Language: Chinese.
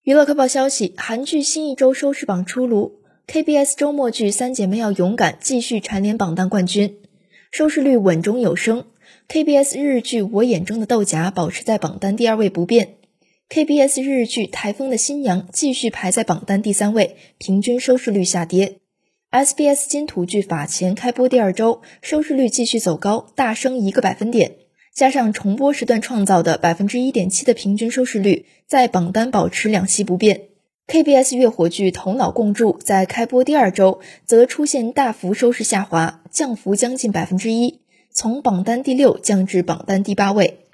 娱乐快报消息，韩剧新一周收视榜出炉 ，KBS 周末剧《三姐妹要勇敢》继续蝉联榜单冠军，收视率稳中有升。KBS 日剧《我眼中的豆荚》保持在榜单第2位不变。KBS 日剧《台风的新娘》继续排在榜单第3位，平均收视率下跌。SBS 金土剧《法前》开播第2周，收视率继续走高，大升1个百分点。加上重播时段创造的 1.7% 的平均收视率，在榜单保持2席不变。KBS 月火剧《头脑共筑》在开播第2周，则出现大幅收视下滑，降幅将近 1%， 从榜单第6降至榜单第8位。